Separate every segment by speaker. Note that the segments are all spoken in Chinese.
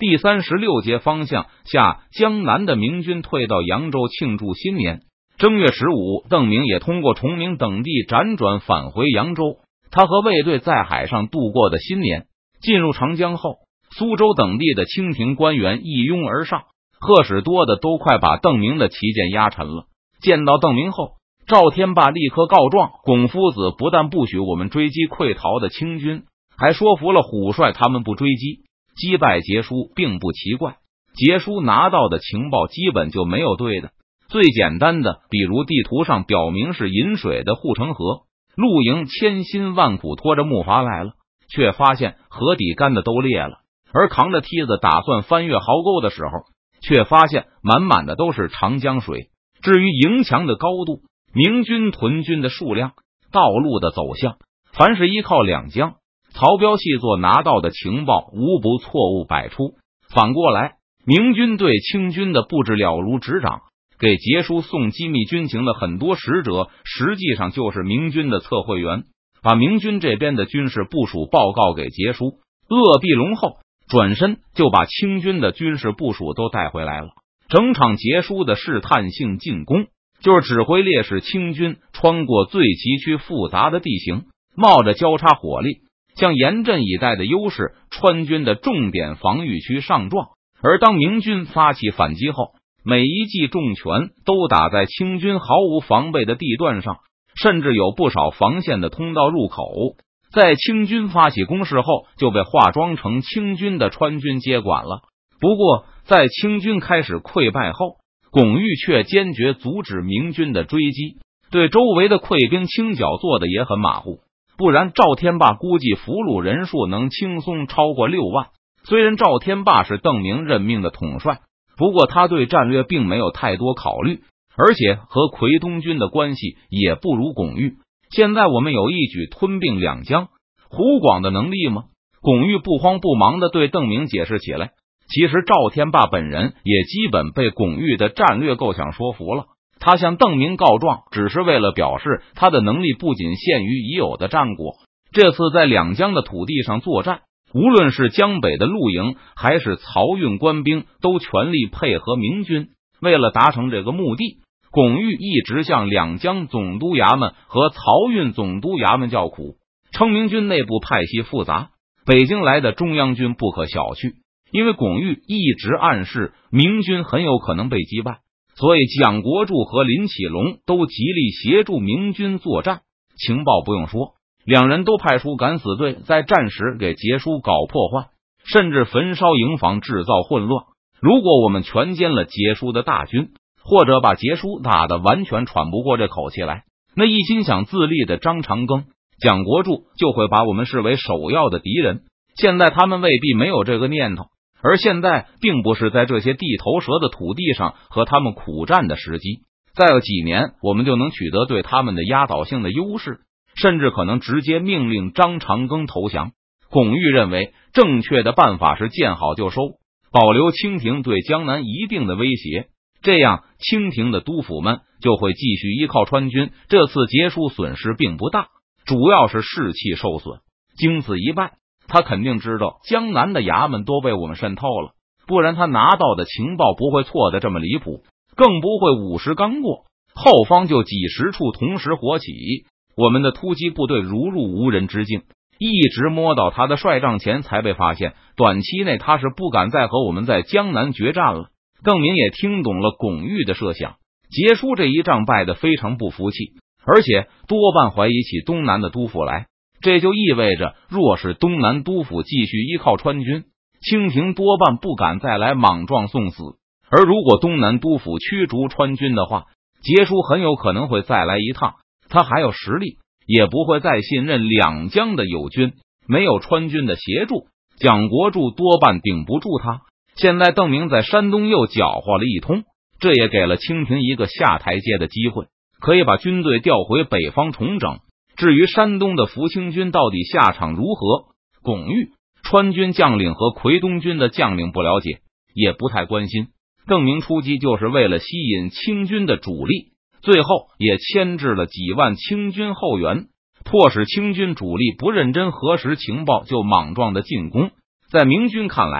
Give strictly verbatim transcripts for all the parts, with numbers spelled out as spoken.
Speaker 1: 第三十六节方向下，江南的明军退到扬州庆祝新年。正月十五，邓明也通过崇明等地辗转返回扬州。他和卫队在海上度过的新年。进入长江后，苏州等地的清廷官员一拥而上，贺使多的都快把邓明的旗舰压沉了。见到邓明后，赵天霸立刻告状，龚夫子不但不许我们追击溃逃的清军，还说服了虎帅他们不追击，击败杰叔并不奇怪。杰叔拿到的情报基本就没有对的，最简单的比如地图上表明是引水的护城河，陆营千辛万苦拖着木筏来了，却发现河底干的都裂了，而扛着梯子打算翻越壕沟的时候，却发现满满的都是长江水。至于营墙的高度、明军屯军的数量、道路的走向，凡是依靠两江，曹彪细作拿到的情报无不错误百出。反过来，明军对清军的布置了如指掌，给杰叔送机密军情的很多使者实际上就是明军的测绘员，把明军这边的军事部署报告给杰叔。鄂必龙后转身就把清军的军事部署都带回来了。整场杰叔的试探性进攻，就是指挥烈士清军穿过最崎岖复杂的地形，冒着交叉火力，向严阵以待的优势川军的重点防御区上撞。而当明军发起反击后，每一记重拳都打在清军毫无防备的地段上，甚至有不少防线的通道入口，在清军发起攻势后就被化妆成清军的川军接管了。不过在清军开始溃败后，巩玉却坚决阻止明军的追击，对周围的溃兵清剿做的也很马虎，不然赵天霸估计俘虏人数能轻松超过六万。虽然赵天霸是邓明任命的统帅，不过他对战略并没有太多考虑，而且和奎东军的关系也不如巩玉。现在我们有一举吞并两江、湖广的能力吗？巩玉不慌不忙地对邓明解释起来。其实赵天霸本人也基本被巩玉的战略构想说服了，他向邓明告状只是为了表示他的能力不仅限于已有的战果，这次在两江的土地上作战，无论是江北的陆营还是漕运官兵都全力配合明军。为了达成这个目的，巩玉一直向两江总督衙门和漕运总督衙门叫苦，称明军内部派系复杂，北京来的中央军不可小觑。因为巩玉一直暗示明军很有可能被击败，所以蒋国柱和林启龙都极力协助明军作战。情报不用说，两人都派出敢死队在战时给杰叔搞破坏，甚至焚烧营房制造混乱。如果我们全歼了杰叔的大军，或者把杰叔打得完全喘不过这口气来，那一心想自立的张长庚、蒋国柱就会把我们视为首要的敌人。现在他们未必没有这个念头，而现在并不是在这些地头蛇的土地上和他们苦战的时机。再有几年，我们就能取得对他们的压倒性的优势，甚至可能直接命令张长庚投降。巩玉认为正确的办法是见好就收，保留清廷对江南一定的威胁，这样清廷的督府们就会继续依靠川军。这次结束损失并不大，主要是士气受损。经此一败，他肯定知道江南的衙门都被我们渗透了，不然他拿到的情报不会错的这么离谱，更不会五十刚过，后方就几十处同时火起。我们的突击部队如入无人之境，一直摸到他的帅帐前才被发现。短期内他是不敢再和我们在江南决战了。邓明也听懂了巩玉的设想，杰叔这一仗败得非常不服气，而且多半怀疑起东南的督府来。这就意味着，若是东南督府继续依靠川军，清廷多半不敢再来莽撞送死。而如果东南督府驱逐川军的话，杰叔很有可能会再来一趟。他还有实力，也不会再信任两江的友军，没有川军的协助，蒋国柱多半顶不住他。现在邓明在山东又搅和了一通，这也给了清廷一个下台阶的机会，可以把军队调回北方重整。至于山东的福清军到底下场如何，巩玉、川军将领和奎东军的将领不了解，也不太关心。邓明出击就是为了吸引清军的主力，最后也牵制了几万清军后援，迫使清军主力不认真核实情报就莽撞的进攻。在明军看来，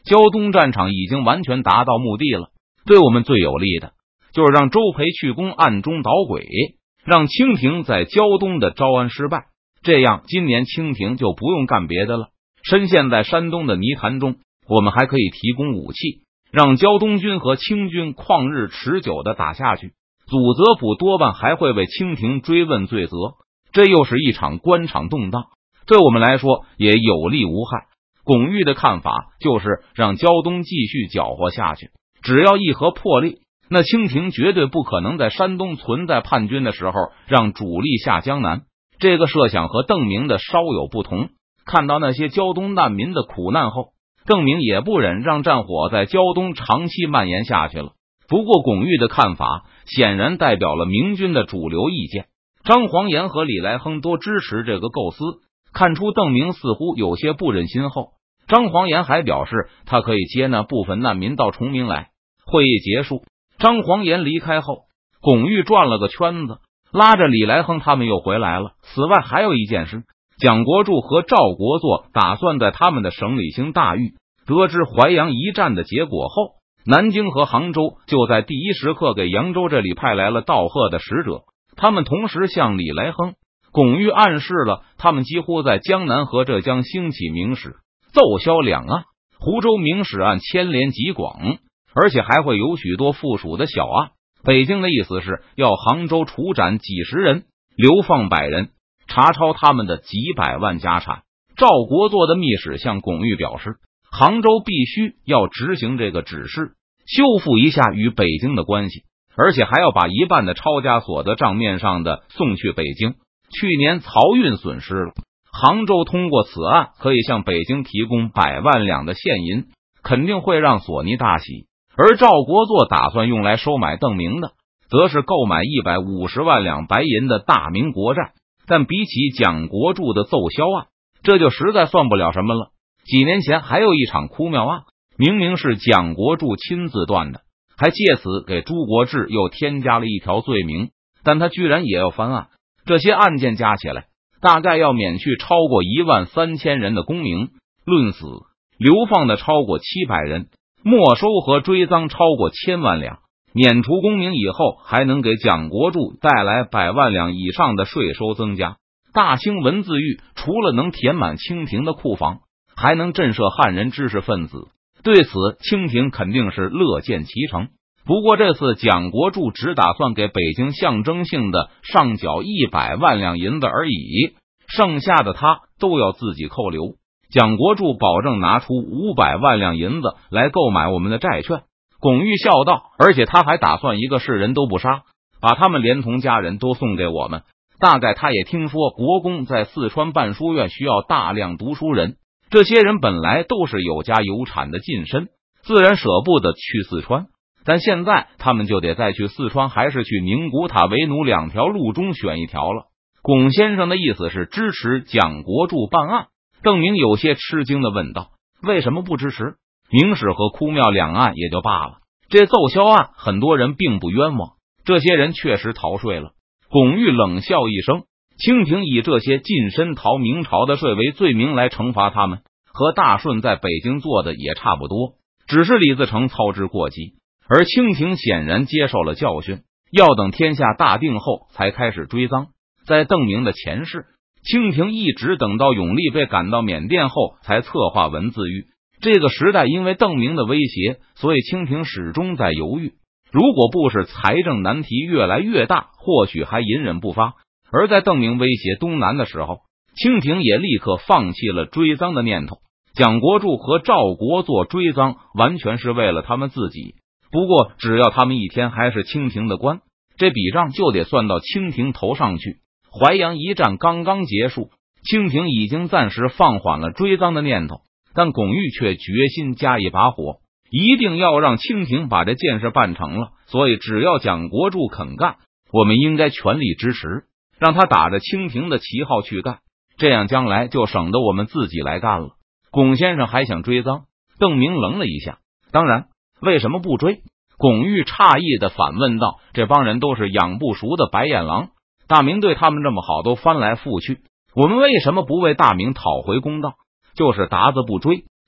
Speaker 1: 胶东战场已经完全达到目的了，对我们最有利的就是让周培去攻暗中捣鬼，让清廷在胶东的招安失败，这样今年清廷就不用干别的了。深陷在山东的泥潭中，我们还可以提供武器，让胶东军和清军旷日持久的打下去。祖泽府多半还会为清廷追问罪责，这又是一场官场动荡，对我们来说也有利无害。巩玉的看法就是让胶东继续搅和下去，只要议和破裂，那清廷绝对不可能在山东存在叛军的时候让主力下江南。这个设想和邓明的稍有不同，看到那些胶东难民的苦难后，邓明也不忍让战火在胶东长期蔓延下去了。不过巩玉的看法显然代表了明军的主流意见，张煌岩和李来亨都支持这个构思。看出邓明似乎有些不忍心后，张煌岩还表示他可以接纳部分难民到崇明来。会议结束，张煌岩离开后，巩玉转了个圈子，拉着李来亨他们又回来了。此外还有一件事，蒋国柱和赵国作打算在他们的省里行大狱。得知淮阳一战的结果后，南京和杭州就在第一时刻给扬州这里派来了道贺的使者，他们同时向李来亨、巩玉暗示了他们几乎在江南和浙江兴起明史，奏销两岸。湖州明史案牵连极广，而且还会有许多附属的小案。北京的意思是要杭州处斩几十人，流放百人，查抄他们的几百万家产。赵国作的密使向巩玉表示，杭州必须要执行这个指示，修复一下与北京的关系，而且还要把一半的抄家所得账面上的送去北京。去年漕运损失了，杭州通过此案可以向北京提供百万两的现银，肯定会让索尼大喜。而赵国作打算用来收买邓明的，则是购买一百五十万两白银的大明国债。但比起蒋国柱的奏销案，这就实在算不了什么了。几年前还有一场哭庙案，明明是蒋国柱亲自断的，还借此给朱国治又添加了一条罪名，但他居然也要翻案。这些案件加起来，大概要免去超过一万三千人的功名，论死流放的超过七百人，没收和追赃超过千万两。免除功名以后，还能给蒋国柱带来百万两以上的税收增加。大清文字狱除了能填满清廷的库房，还能震慑汉人知识分子，对此清廷肯定是乐见其成。不过这次蒋国柱只打算给北京象征性的上缴一百万两银子而已，剩下的他都要自己扣留。蒋国柱保证拿出五百万两银子来购买我们的债券。巩玉笑道，而且他还打算一个世人都不杀，把他们连同家人都送给我们。大概他也听说国公在四川办书院需要大量读书人，这些人本来都是有家有产的近身，自然舍不得去四川，但现在他们就得再去四川还是去宁古塔为奴两条路中选一条了。巩先生的意思是支持蒋国柱办案。邓明有些吃惊的问道，为什么不支持？明史和哭庙两案也就罢了，这奏销案很多人并不冤枉，这些人确实逃税了。巩玉冷笑一声，清廷以这些近身逃明朝的税为罪名来惩罚他们，和大顺在北京做的也差不多，只是李自成操之过急，而清廷显然接受了教训，要等天下大定后才开始追赃。在邓明的前世，清廷一直等到永历被赶到缅甸后才策划文字狱。这个时代因为邓明的威胁，所以清廷始终在犹豫，如果不是财政难题越来越大，或许还隐忍不发。而在邓明威胁东南的时候，清廷也立刻放弃了追赃的念头。蒋国柱和赵国作追赃完全是为了他们自己，不过只要他们一天还是清廷的官，这笔账就得算到清廷头上去。淮阳一战刚刚结束，清廷已经暂时放缓了追赃的念头，但巩玉却决心加一把火，一定要让清廷把这件事办成了。所以只要蒋国柱肯干，我们应该全力支持，让他打着清廷的旗号去干，这样将来就省得我们自己来干了。巩先生还想追赃？邓明愣了一下，当然，为什么不追？巩玉诧异的反问道，这帮人都是养不熟的白眼狼，大明对他们这么好，都翻来覆去，我们为什么不为大明讨回公道？就是鞑子不追，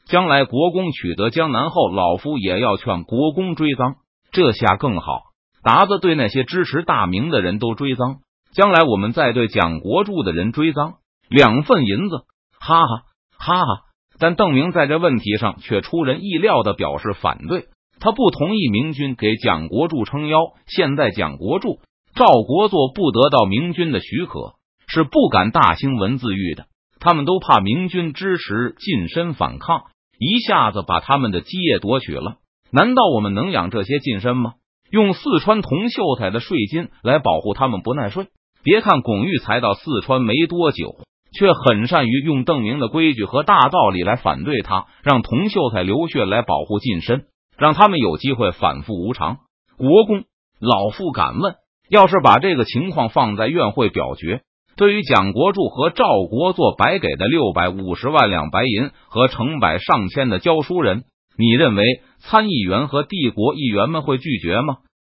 Speaker 1: 将来国公取得江南后，老夫也要劝国公追赃。这下更好，达子对那些支持大明的人都追赃，将来我们再对蒋国柱的人追赃，两份银子，哈哈哈哈！但邓明在这问题上却出人意料的表示反对，他不同意明军给蒋国柱撑腰。现在蒋国柱、赵国作不得到明军的许可，是不敢大兴文字狱的。他们都怕明军支持近身反抗，一下子把他们的基业夺取了。难道我们能养这些近身吗？用四川铜秀才的税金来保护他们不纳税？别看巩玉才到四川没多久，却很善于用邓明的规矩和大道理来反对他，让铜秀才流血来保护近身，让他们有机会反复无常。国公，老夫敢问，要是把这个情况放在院会表决，对于蒋国柱和赵国作白给的六百五十万两白银和成百上千的教书人，你认为参议员和帝国议员们会拒绝吗？